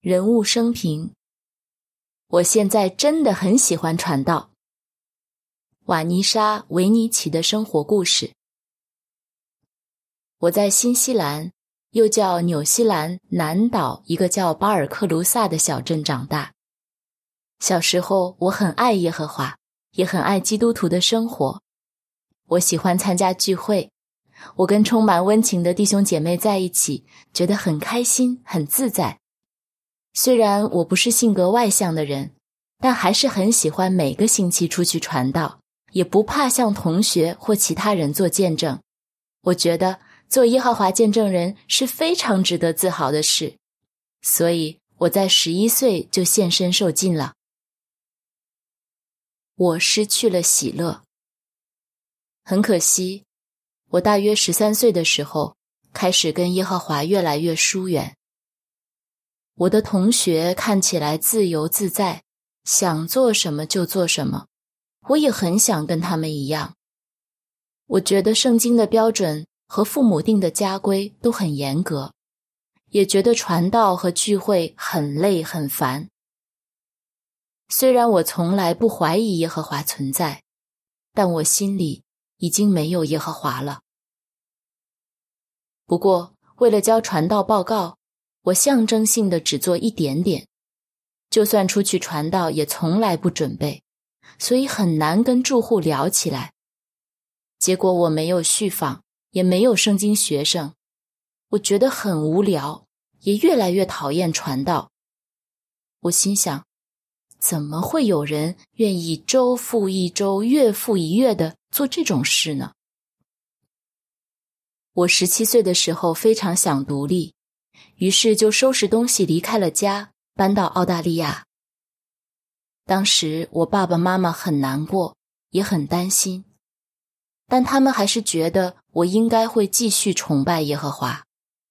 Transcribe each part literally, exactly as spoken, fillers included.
人物生平。我现在真的很喜欢传道。瓦妮莎·维尼奇的生活故事。我在新西兰，又叫纽西兰南岛一个叫巴尔克卢萨的小镇长大。小时候我很爱耶和华，也很爱基督徒的生活。我喜欢参加聚会，我跟充满温情的弟兄姐妹在一起，觉得很开心，很自在。虽然我不是性格外向的人，但还是很喜欢每个星期出去传道，也不怕向同学或其他人做见证。我觉得做耶和华见证人是非常值得自豪的事，所以我在十一岁就献身受浸了。我失去了喜乐。很可惜，我大约十三岁的时候，开始跟耶和华越来越疏远。我的同学看起来自由自在，想做什么就做什么，我也很想跟他们一样。我觉得圣经的标准和父母定的家规都很严格，也觉得传道和聚会很累很烦。虽然我从来不怀疑耶和华存在，但我心里已经没有耶和华了。不过，为了交传道报告，我象征性的只做一点点，就算出去传道也从来不准备，所以很难跟住户聊起来。结果我没有续访，也没有圣经学生，我觉得很无聊，也越来越讨厌传道。我心想，怎么会有人愿意周复一周、月复一月的做这种事呢？我十七岁的时候非常想独立，于是就收拾东西离开了家，搬到澳大利亚。当时我爸爸妈妈很难过，也很担心，但他们还是觉得我应该会继续崇拜耶和华。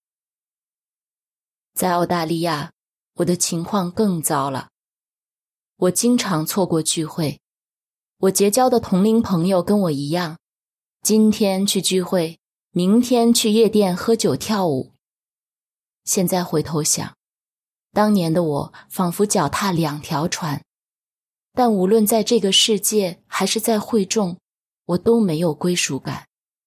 在澳大利亚，我的情况更糟了。我经常错过聚会，我结交的同龄朋友跟我一样，今天去聚会，明天去夜店喝酒跳舞。现在回头想，当年的我仿佛脚踏两条船，但无论在这个世界还是在会众，我都没有归属感。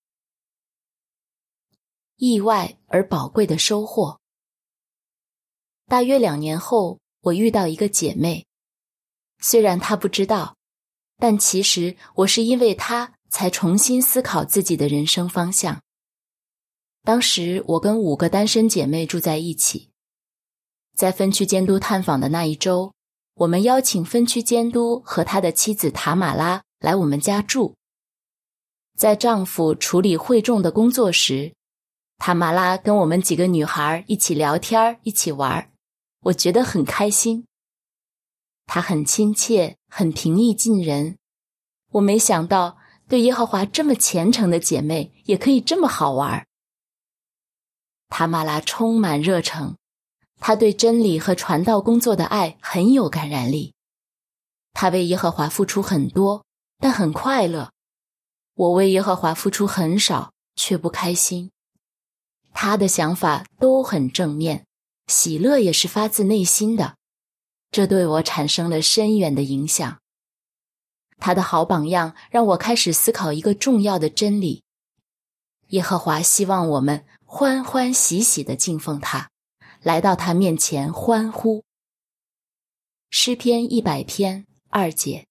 意外而宝贵的收获。大约两年后，我遇到一个姐妹，虽然她不知道，但其实我是因为她才重新思考自己的人生方向。当时我跟五个单身姐妹住在一起，在分区监督探访的那一周，我们邀请分区监督和他的妻子塔玛拉来我们家住。在丈夫处理会众的工作时，塔玛拉跟我们几个女孩一起聊天，一起玩，我觉得很开心。她很亲切，很平易近人。我没想到对耶和华这么虔诚的姐妹也可以这么好玩。塔玛拉充满热诚，她对真理和传道工作的爱很有感染力。她为耶和华付出很多，但很快乐。我为耶和华付出很少，却不开心。她的想法都很正面，喜乐也是发自内心的，这对我产生了深远的影响。她的好榜样让我开始思考一个重要的真理：耶和华希望我们欢欢喜喜地敬奉他，来到他面前欢呼。诗篇一百篇二节。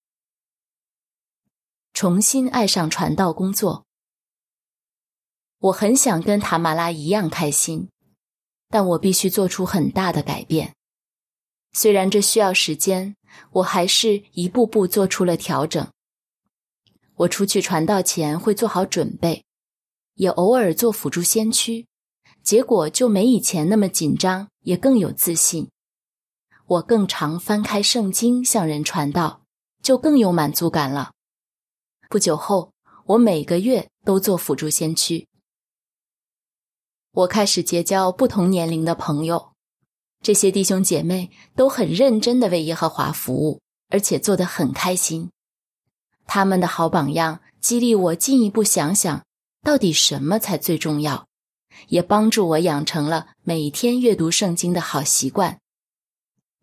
重新爱上传道工作。我很想跟塔玛拉一样开心，但我必须做出很大的改变。虽然这需要时间，我还是一步步做出了调整。我出去传道前会做好准备，也偶尔做辅助先驱，结果就没以前那么紧张，也更有自信。我更常翻开圣经向人传道，就更有满足感了。不久后，我每个月都做辅助先驱。我开始结交不同年龄的朋友，这些弟兄姐妹都很认真地为耶和华服务，而且做得很开心。他们的好榜样激励我进一步想想到底什么才最重要，也帮助我养成了每天阅读圣经的好习惯，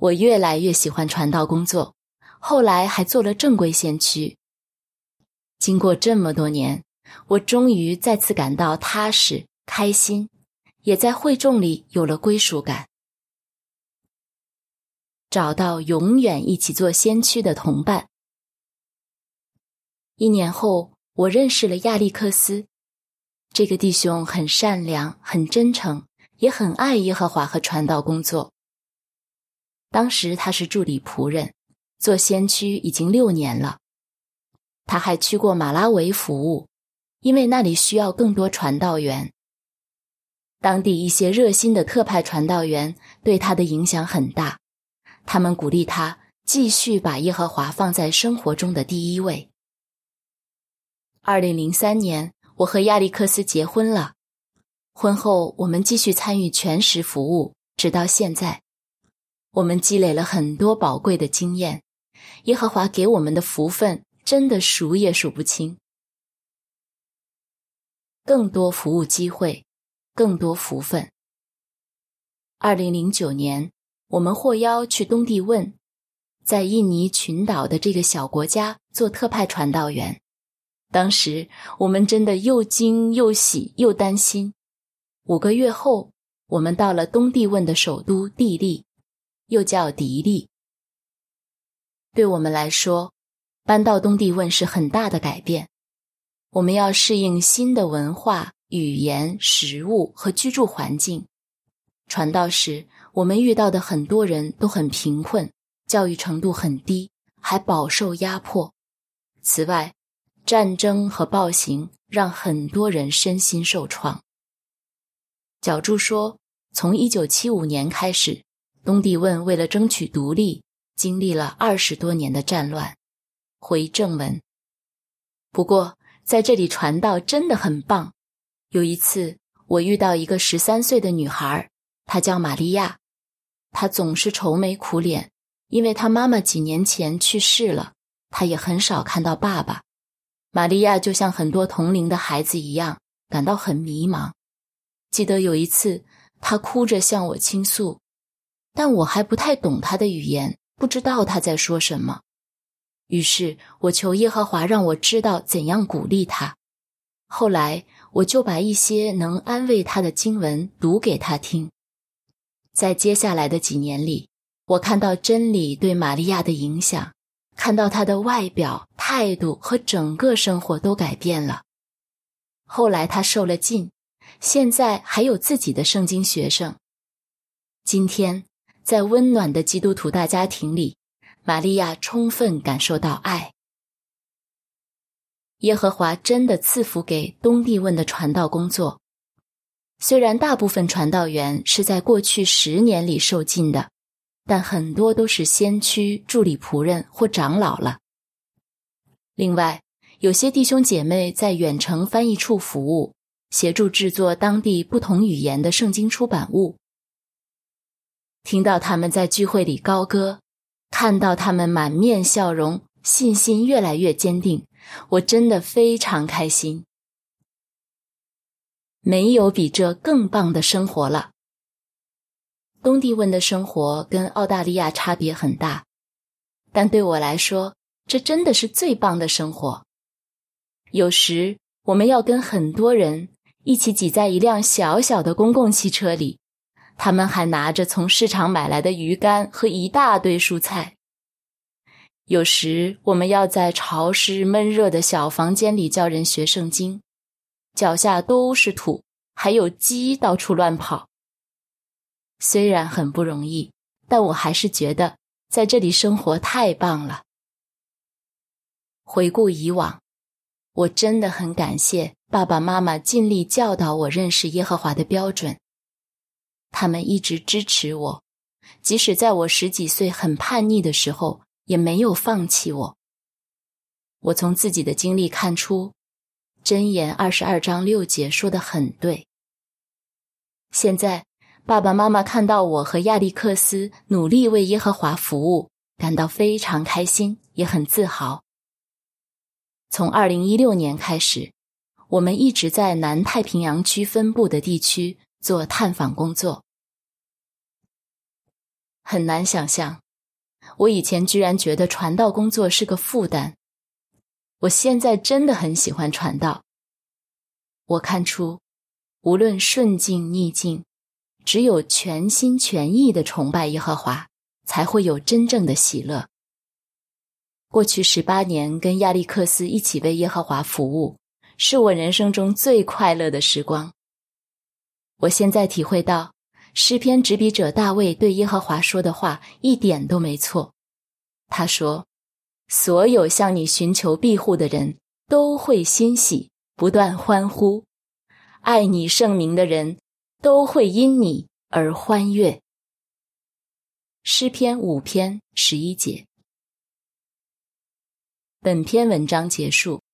我越来越喜欢传道工作，后来还做了正规先驱。经过这么多年，我终于再次感到踏实、开心，也在会众里有了归属感。找到永远一起做先驱的同伴。一年后，我认识了亚历克斯。这个弟兄很善良，很真诚，也很爱耶和华和传道工作。当时他是助理仆人，做先驱已经六年了。他还去过马拉维服务，因为那里需要更多传道员。当地一些热心的特派传道员对他的影响很大，他们鼓励他继续把耶和华放在生活中的第一位。二零零三年，我和亚历克斯结婚了。婚后，我们继续参与全时服务，直到现在。我们积累了很多宝贵的经验，耶和华给我们的福分真的数也数不清。更多服务机会，更多福分。二零零九年，我们获邀去东帝汶，在印尼群岛的这个小国家做特派传道员。当时我们真的又惊又喜又担心。五个月后，我们到了东帝汶的首都帝力，又叫迪利。对我们来说，搬到东帝汶是很大的改变。我们要适应新的文化、语言、食物和居住环境。传道时，我们遇到的很多人都很贫困，教育程度很低，还饱受压迫。此外，战争和暴行让很多人身心受创。角柱说，从一九七五年开始，东帝汶为了争取独立，经历了二十多年的战乱。回正文。不过，在这里传道真的很棒。有一次，我遇到一个十三岁的女孩，她叫玛利亚。她总是愁眉苦脸，因为她妈妈几年前去世了，她也很少看到爸爸。玛利亚就像很多同龄的孩子一样，感到很迷茫。记得有一次，她哭着向我倾诉，但我还不太懂她的语言，不知道她在说什么。于是我求耶和华让我知道怎样鼓励她。后来我就把一些能安慰她的经文读给她听。在接下来的几年里，我看到真理对玛利亚的影响，看到她的外表、态度和整个生活都改变了。后来她受了浸，现在还有自己的圣经学生。今天，在温暖的基督徒大家庭里，玛利亚充分感受到爱。耶和华真的赐福给东帝汶的传道工作。虽然大部分传道员是在过去十年里受浸的，但很多都是先驱、助理仆人或长老了。另外，有些弟兄姐妹在远程翻译处服务，协助制作当地不同语言的圣经出版物。听到他们在聚会里高歌，看到他们满面笑容，信心越来越坚定，我真的非常开心。没有比这更棒的生活了。东帝汶的生活跟澳大利亚差别很大，但对我来说，这真的是最棒的生活。有时我们要跟很多人一起挤在一辆小小的公共汽车里，他们还拿着从市场买来的鱼干和一大堆蔬菜。有时我们要在潮湿闷热的小房间里教人学圣经，脚下都是土，还有鸡到处乱跑。虽然很不容易，但我还是觉得在这里生活太棒了。回顾以往，我真的很感谢爸爸妈妈尽力教导我认识耶和华的标准。他们一直支持我，即使在我十几岁很叛逆的时候，也没有放弃我。我从自己的经历看出，箴言二十二章六节说得很对。现在爸爸妈妈看到我和亚历克斯努力为耶和华服务，感到非常开心，也很自豪。从二零一六年开始，我们一直在南太平洋区分布的地区做探访工作。 很难想象，我以前居然觉得传道工作是个负担。我现在真的很喜欢传道。我看出，无论顺境逆境，只有全心全意地崇拜耶和华，才会有真正的喜乐。过去十八年跟亚历克斯一起为耶和华服务，是我人生中最快乐的时光。我现在体会到，诗篇执笔者大卫对耶和华说的话一点都没错。他说，所有向你寻求庇护的人都会欣喜，不断欢呼，爱你圣名的人都会因你而欢悦。诗篇五篇十一节。本篇文章结束。